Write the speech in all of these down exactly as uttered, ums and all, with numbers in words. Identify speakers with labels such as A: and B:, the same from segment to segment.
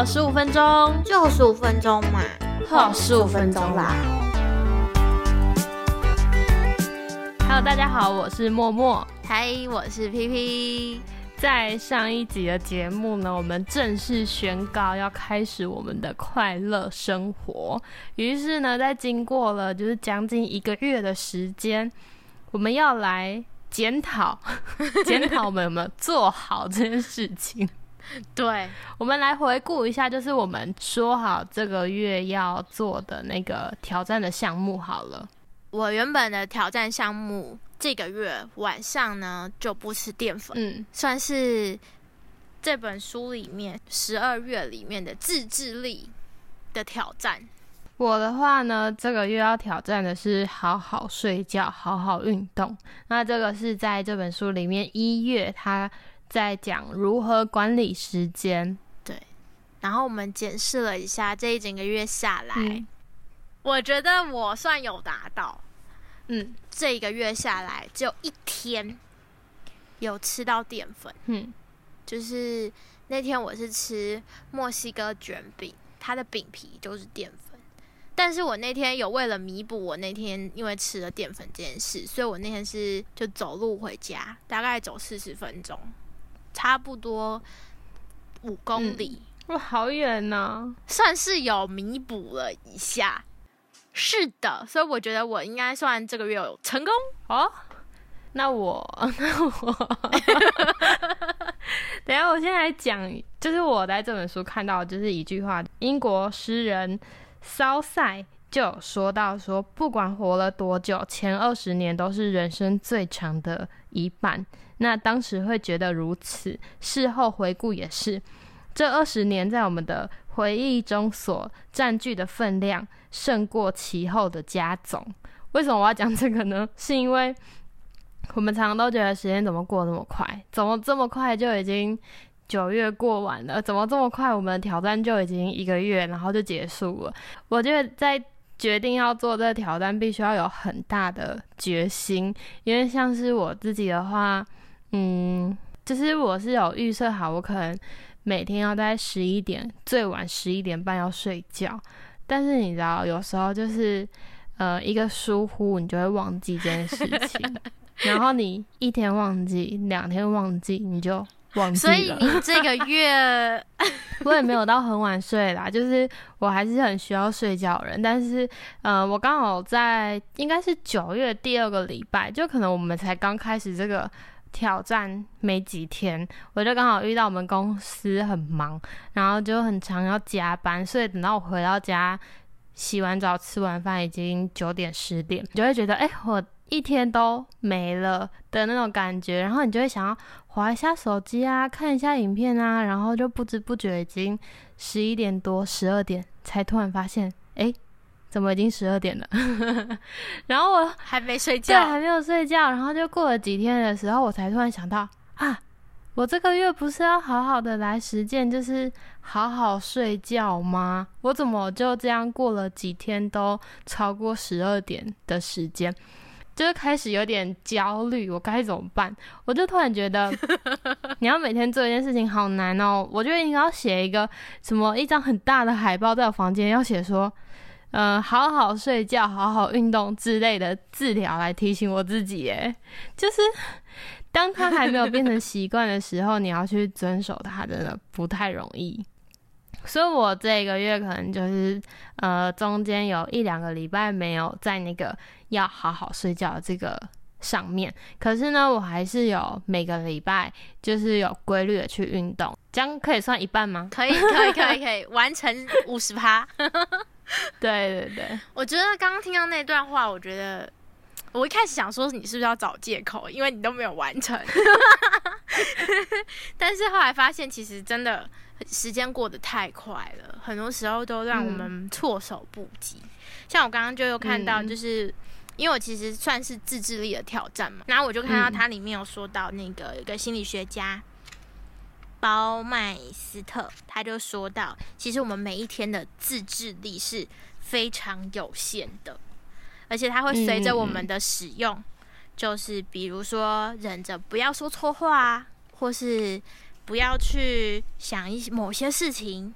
A: 好十五分钟，
B: 就十五分钟嘛，
A: 好十五分钟啦。Hello， 大家好，我是默默。
B: 嗨，我是 P P。
A: 在上一集的节目呢，我们正式宣告要开始我们的快乐生活。于是呢，在经过了就是将近一个月的时间，我们要来检讨，检讨我们有没有做好这件事情。
B: 对，
A: 我们来回顾一下，就是我们说好这个月要做的那个挑战的项目好了。
B: 我原本的挑战项目，这个月晚上呢就不吃淀粉，嗯，算是这本书里面十二月里面的自制力的挑战。
A: 我的话呢，这个月要挑战的是好好睡觉，好好运动。那这个是在这本书里面一月他在讲如何管理时间。
B: 对，然后我们检视了一下这一整个月下来，嗯，我觉得我算有达到。嗯，这一个月下来只有一天有吃到淀粉。嗯，就是那天我是吃墨西哥卷饼，它的饼皮就是淀粉。但是我那天有为了弥补我那天因为吃了淀粉这件事，所以我那天是就走路回家，大概走四十分钟，差不多五公里。
A: 哇，嗯，好远呢，
B: 算是有弥补了一下。是的，所以我觉得我应该算这个月有成功
A: 哦。那我，那我，等一下我先来讲，就是我在这本书看到，就是一句话，英国诗人骚塞就有说到说，不管活了多久，前二十年都是人生最长的一半。那当时会觉得如此，事后回顾也是，这二十年在我们的回忆中所占据的分量，胜过其后的加总。为什么我要讲这个呢？是因为我们常常都觉得时间怎么过这么快，怎么这么快就已经九月过完了，怎么这么快我们的挑战就已经一个月然后就结束了。我觉得在决定要做这个挑战必须要有很大的决心，因为像是我自己的话，嗯，就是我是有预设好我可能每天要在十一点，最晚十一点半要睡觉。但是你知道，有时候就是呃一个疏忽，你就会忘记这件事情，然后你一天忘记，两天忘记，你就忘记了。所以
B: 你这个月
A: 我也没有到很晚睡啦，就是我还是很需要睡觉的人。但是呃，我刚好在应该是九月第二个礼拜，就可能我们才刚开始这个挑战没几天，我就刚好遇到我们公司很忙，然后就很常要加班，所以等到我回到家洗完澡吃完饭已经九点十点，你就会觉得哎、欸，我一天都没了的那种感觉，然后你就会想要滑一下手机啊，看一下影片啊，然后就不知不觉已经十一点多十二点，才突然发现哎、欸怎么已经十二点了然后我
B: 还没睡觉，
A: 对，还没有睡觉，然后就过了几天的时候，我才突然想到啊，我这个月不是要好好的来实践，就是好好睡觉吗？我怎么就这样过了几天都超过十二点的时间，就是开始有点焦虑，我该怎么办？我就突然觉得你要每天做一件事情好难哦，我觉得应该要写一个什么一张很大的海报在我房间，要写说呃，好好睡觉，好好运动之类的字条来提醒我自己耶。就是当它还没有变成习惯的时候，你要去遵守它，真的不太容易。所以我这个月可能就是呃，中间有一两个礼拜没有在那个要好好睡觉的这个上面，可是呢，我还是有每个礼拜就是有规律的去运动，这样可以算一半吗？
B: 可以，可以，可以，可以完成五十趴。
A: 对对对，
B: 我觉得刚刚听到那段话，我觉得我一开始想说你是不是要找借口，因为你都没有完成。但是后来发现，其实真的时间过得太快了，很多时候都让我们措手不及。嗯、像我刚刚就有看到，就是、嗯、因为我其实算是自制力的挑战嘛，然后我就看到它里面有说到那个有一个心理学家。包麦斯特他就说到，其实我们每一天的自制力是非常有限的，而且它会随着我们的使用，嗯、就是比如说忍着不要说错话啊，或是不要去想一某些事情，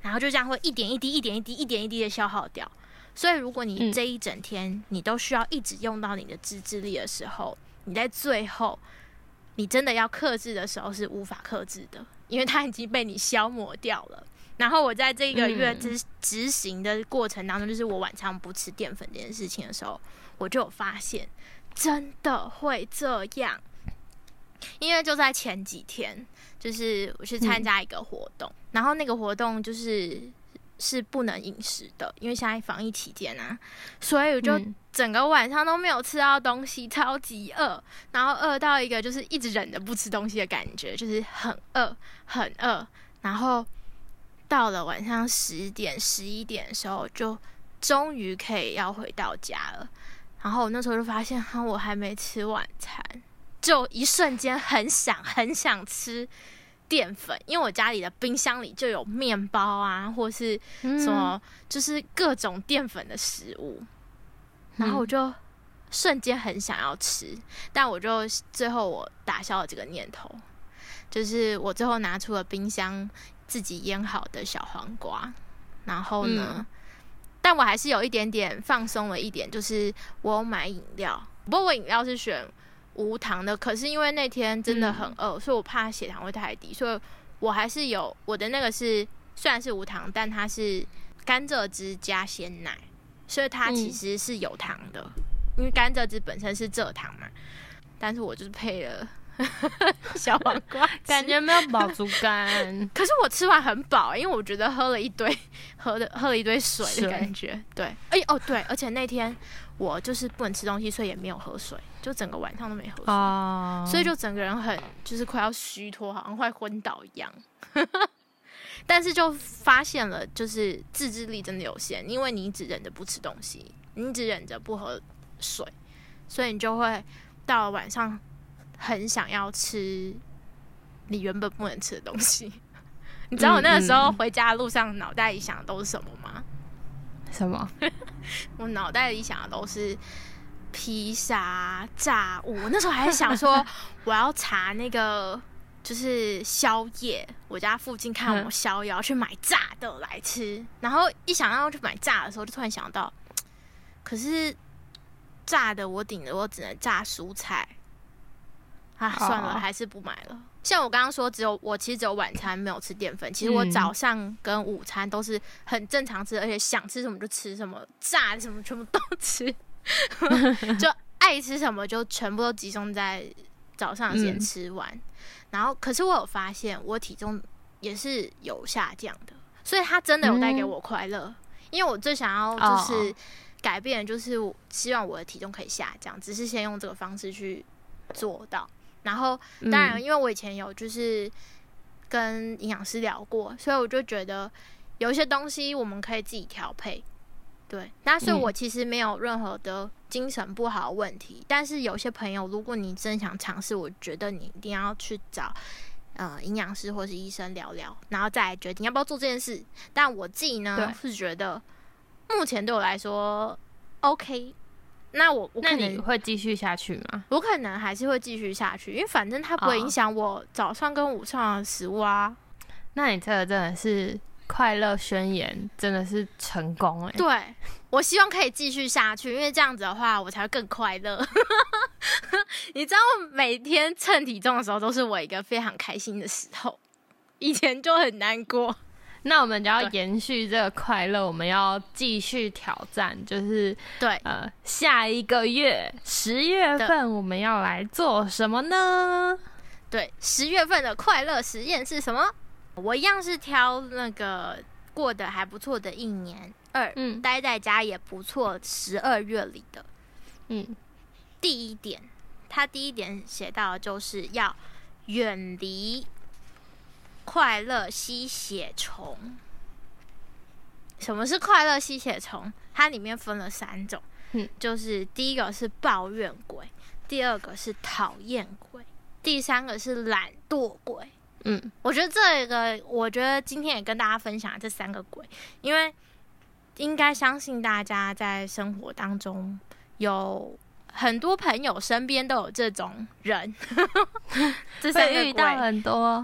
B: 然后就这样会一点一滴、一点一滴、一点一滴的消耗掉。所以如果你这一整天你都需要一直用到你的自制力的时候，你在最后你真的要克制的时候是无法克制的，因为它已经被你消磨掉了。然后我在这个月执执行的过程当中，就是我晚上不吃淀粉这件事情的时候，我就有发现真的会这样。因为就在前几天，就是我去参加一个活动，嗯、然后那个活动就是是不能饮食的，因为现在防疫期间啊，所以我就整个晚上都没有吃到东西，超级饿，然后饿到一个就是一直忍着不吃东西的感觉，就是很饿很饿，然后到了晚上十点十一点的时候，就终于可以要回到家了。然后我那时候就发现，哈，我还没吃晚餐。就一瞬间很想很想吃淀粉，因为我家里的冰箱里就有面包啊，或是什么，就是各种淀粉的食物，嗯、然后我就瞬间很想要吃，但我就最后我打消了这个念头，就是我最后拿出了冰箱自己腌好的小黄瓜，然后呢，嗯、但我还是有一点点放松了一点，就是我有买饮料，不过我饮料是选无糖的，可是因为那天真的很饿，嗯、所以我怕血糖会太低，所以我还是有我的那个是虽然是无糖，但它是甘蔗汁加鲜奶，所以它其实是有糖的，嗯、因为甘蔗汁本身是蔗糖嘛，但是我就是配了小黄瓜，
A: 感觉没有饱足感。
B: 可是我吃完很饱，因为我觉得喝了一堆喝了喝了一堆水的感觉。对，哎、欸、哦对，而且那天我就是不能吃东西，所以也没有喝水，就整个晚上都没喝水，哦、所以就整个人很就是快要虚脱，好像快昏倒一样。但是就发现了，就是自制力真的有限，因为你一直忍着不吃东西，你一直忍着不喝水，所以你就会到了晚上很想要吃你原本不能吃的东西。你知道我那个时候回家的路上脑袋里想的都是什么吗？
A: 什么？
B: 我脑袋里想的都是披萨、炸物。我那时候还想说我要查那个就是宵夜，我家附近看有宵夜，去买炸的来吃。然后一想到要去买炸的时候，就突然想到，可是炸的我顶着我只能炸蔬菜。啊，算了， oh. 还是不买了。像我刚刚说，只有我其实只有晚餐没有吃淀粉，其实我早上跟午餐都是很正常吃，而且想吃什么就吃什么，炸什么全部都吃，就爱吃什么就全部都集中在早上先吃完。嗯、然后，可是我有发现我体重也是有下降的，所以它真的有带给我快乐。嗯、因为我最想要就是改变，就是希望我的体重可以下降，只是先用这个方式去做到。然后当然因为我以前有就是跟营养师聊过，嗯、所以我就觉得有一些东西我们可以自己调配，对，那所以我其实没有任何的精神不好的问题，嗯、但是有些朋友如果你真想尝试，我觉得你一定要去找呃营养师或是医生聊聊，然后再来决定要不要做这件事。但我自己呢是觉得目前对我来说 OK，那我我
A: 那你会继续下去吗？
B: 我可能还是会继续下去，因为反正它不会影响我早上跟午上的食物啊。Oh.
A: 那你这个真的是快乐宣言，真的是成功哎！
B: 对，我希望可以继续下去，因为这样子的话，我才会更快乐。你知道，每天称体重的时候，都是我一个非常开心的时候，以前就很难过。
A: 那我们就要延续这个快乐，我们要继续挑战，就是
B: 对
A: 呃下一个月十月份我们要来做什么呢？
B: 对，十月份的快乐实验是什么？我一样是挑那个过得还不错的一年二，嗯，待在家也不错，十二月里的，嗯，第一点，他第一点写到的就是要远离快乐吸血虫。什么是快乐吸血虫？它里面分了三种，嗯，就是第一个是抱怨鬼，第二个是讨厌鬼，第三个是懒惰鬼。嗯，我觉得这个，我觉得今天也跟大家分享这三个鬼，因为应该相信大家在生活当中有很多朋友身边都有这种人，这三个鬼
A: 会遇到很多。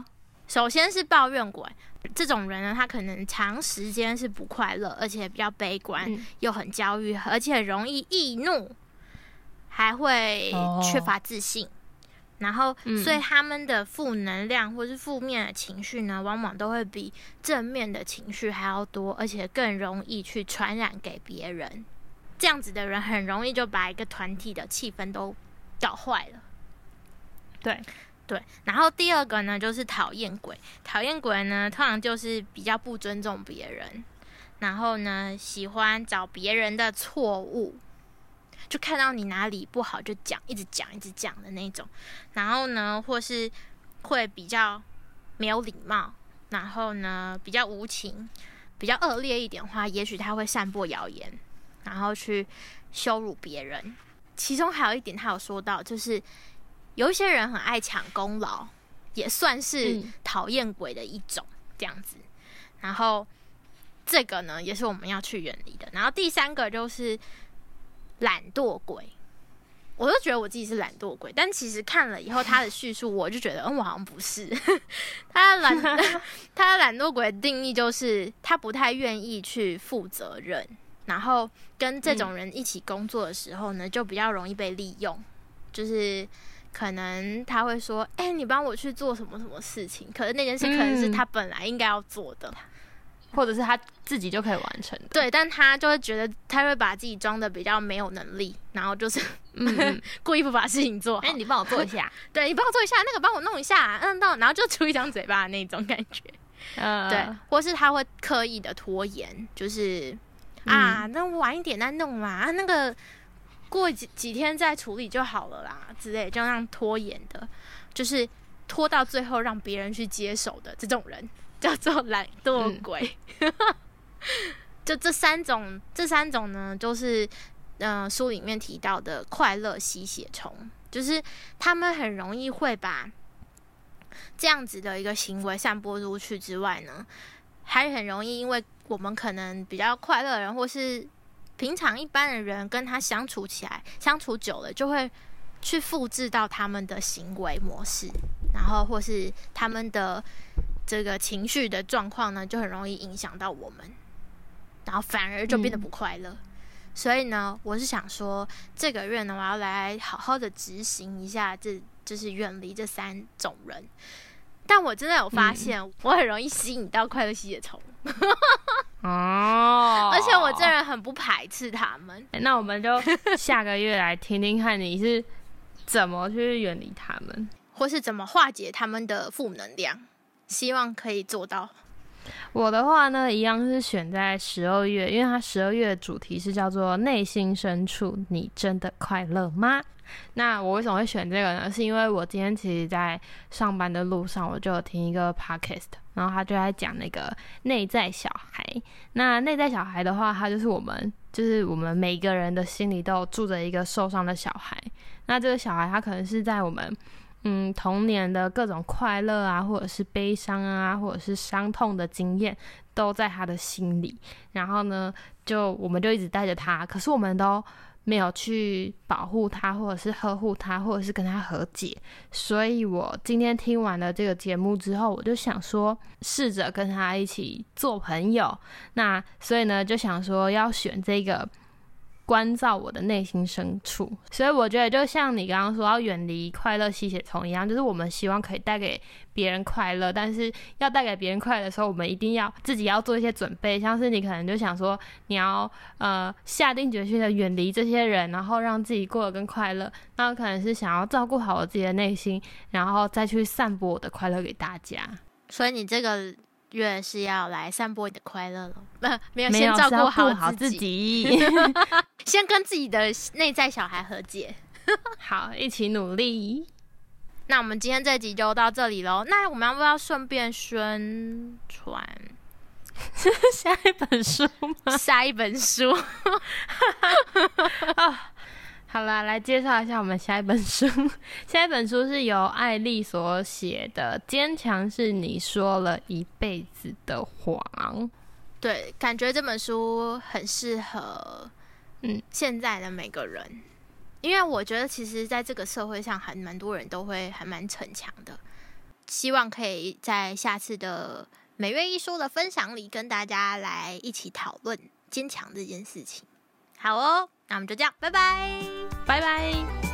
B: 首先是抱怨鬼，这种人呢，他可能长时间是不快乐，而且比较悲观，嗯、又很焦虑，而且容易易怒，还会缺乏自信。哦、然后，嗯、所以他们的负能量或是负面的情绪呢，往往都会比正面的情绪还要多，而且更容易去传染给别人。这样子的人很容易就把一个团体的气氛都搞坏了。
A: 对。
B: 对，然后第二个呢，就是讨厌鬼。讨厌鬼呢，通常就是比较不尊重别人，然后呢，喜欢找别人的错误，就看到你哪里不好就讲，一直讲，一直讲的那种。然后呢，或是会比较没有礼貌，然后呢，比较无情，比较恶劣一点的话，也许他会散播谣言，然后去羞辱别人。其中还有一点，他有说到，就是有一些人很爱抢功劳，也算是讨厌鬼的一种，这样子。然后这个呢，也是我们要去远离的。然后第三个就是懒惰鬼，我就觉得我自己是懒惰鬼，但其实看了以后他的叙述，我就觉得，嗯，我好像不是。他的懒，他的懒惰鬼的定义就是他不太愿意去负责任，然后跟这种人一起工作的时候呢，就比较容易被利用，就是可能他会说，哎、欸，你帮我去做什么什么事情，可是那件事可能是他本来应该要做的。嗯，
A: 或者是他自己就可以完成的。
B: 对，但他就会觉得他会把自己装的比较没有能力，然后就是嗯故意不把事情做好。
A: 哎、欸，你帮我做一下，
B: 对，你帮我做一下，那个帮我弄一下，嗯，然后就出一张嘴巴的那种感觉。呃，对，或是他会刻意的拖延，就是啊，那我晚一点再弄嘛，啊，那个过几几天再处理就好了啦，之类，就那样拖延的，就是拖到最后让别人去接手的这种人。叫做懒惰鬼。嗯、就这三种，这三种呢，就是呃书里面提到的快乐吸血虫，就是他们很容易会把这样子的一个行为散播出去之外呢，还很容易因为我们可能比较快乐的人，或是平常一般的人跟他相处起来，相处久了就会去复制到他们的行为模式，然后或是他们的这个情绪的状况呢，就很容易影响到我们，然后反而就变得不快乐。嗯、所以呢，我是想说，这个月呢，我要来好好的执行一下这，这就是远离这三种人。但我真的有发现，嗯、我很容易吸引到快乐吸血虫。哦，而且我这人很不排斥他们。
A: 那我们就下个月来听听看你是怎么去远离他们，
B: 或是怎么化解他们的负能量。希望可以做到。
A: 我的话呢，一样是选在十二月，因为它十二月的主题是叫做内心深处，你真的快乐吗？那我为什么会选这个呢？是因为我今天其实在上班的路上，我就有听一个 podcast， 然后他就在讲那个内在小孩。那内在小孩的话，他就是我们，就是我们每一个人的心里都有住着一个受伤的小孩。那这个小孩，他可能是在我们嗯，童年的各种快乐啊，或者是悲伤啊，或者是伤痛的经验，都在他的心里。然后呢，就我们就一直带着他，可是我们都没有去保护他，或者是呵护他，或者是跟他和解。所以我今天听完了这个节目之后，我就想说，试着跟他一起做朋友。那所以呢，就想说要选这个关照我的内心深处，所以我觉得就像你刚刚说要远离快乐吸血虫一样，就是我们希望可以带给别人快乐，但是要带给别人快乐的时候，我们一定要自己要做一些准备，像是你可能就想说你要呃下定决心的远离这些人，然后让自己过得更快乐，那可能是想要照顾好我自己的内心，然后再去散播我的快乐给大家。
B: 所以你这个月是要来散播你的快乐了？呃，没有，
A: 没有，
B: 先照顾好
A: 好自己，
B: 先跟自己的内在小孩和解。
A: 好，一起努力。
B: 那我们今天这集就到这里咯。那我们要不要顺便宣传
A: 下一本书吗？
B: 下一本书
A: 啊。好啦，来介绍一下我们下一本书。下一本书是由艾莉所写的，《坚强是你说了一辈子的谎》。
B: 对，感觉这本书很适合嗯现在的每个人，因为我觉得其实在这个社会上还蛮多人都会还蛮逞强的， 希望可以在下次的每月一说的分享里跟大家来一起讨论坚强这件事情。好哦，那我们就这样，拜拜，
A: 拜拜。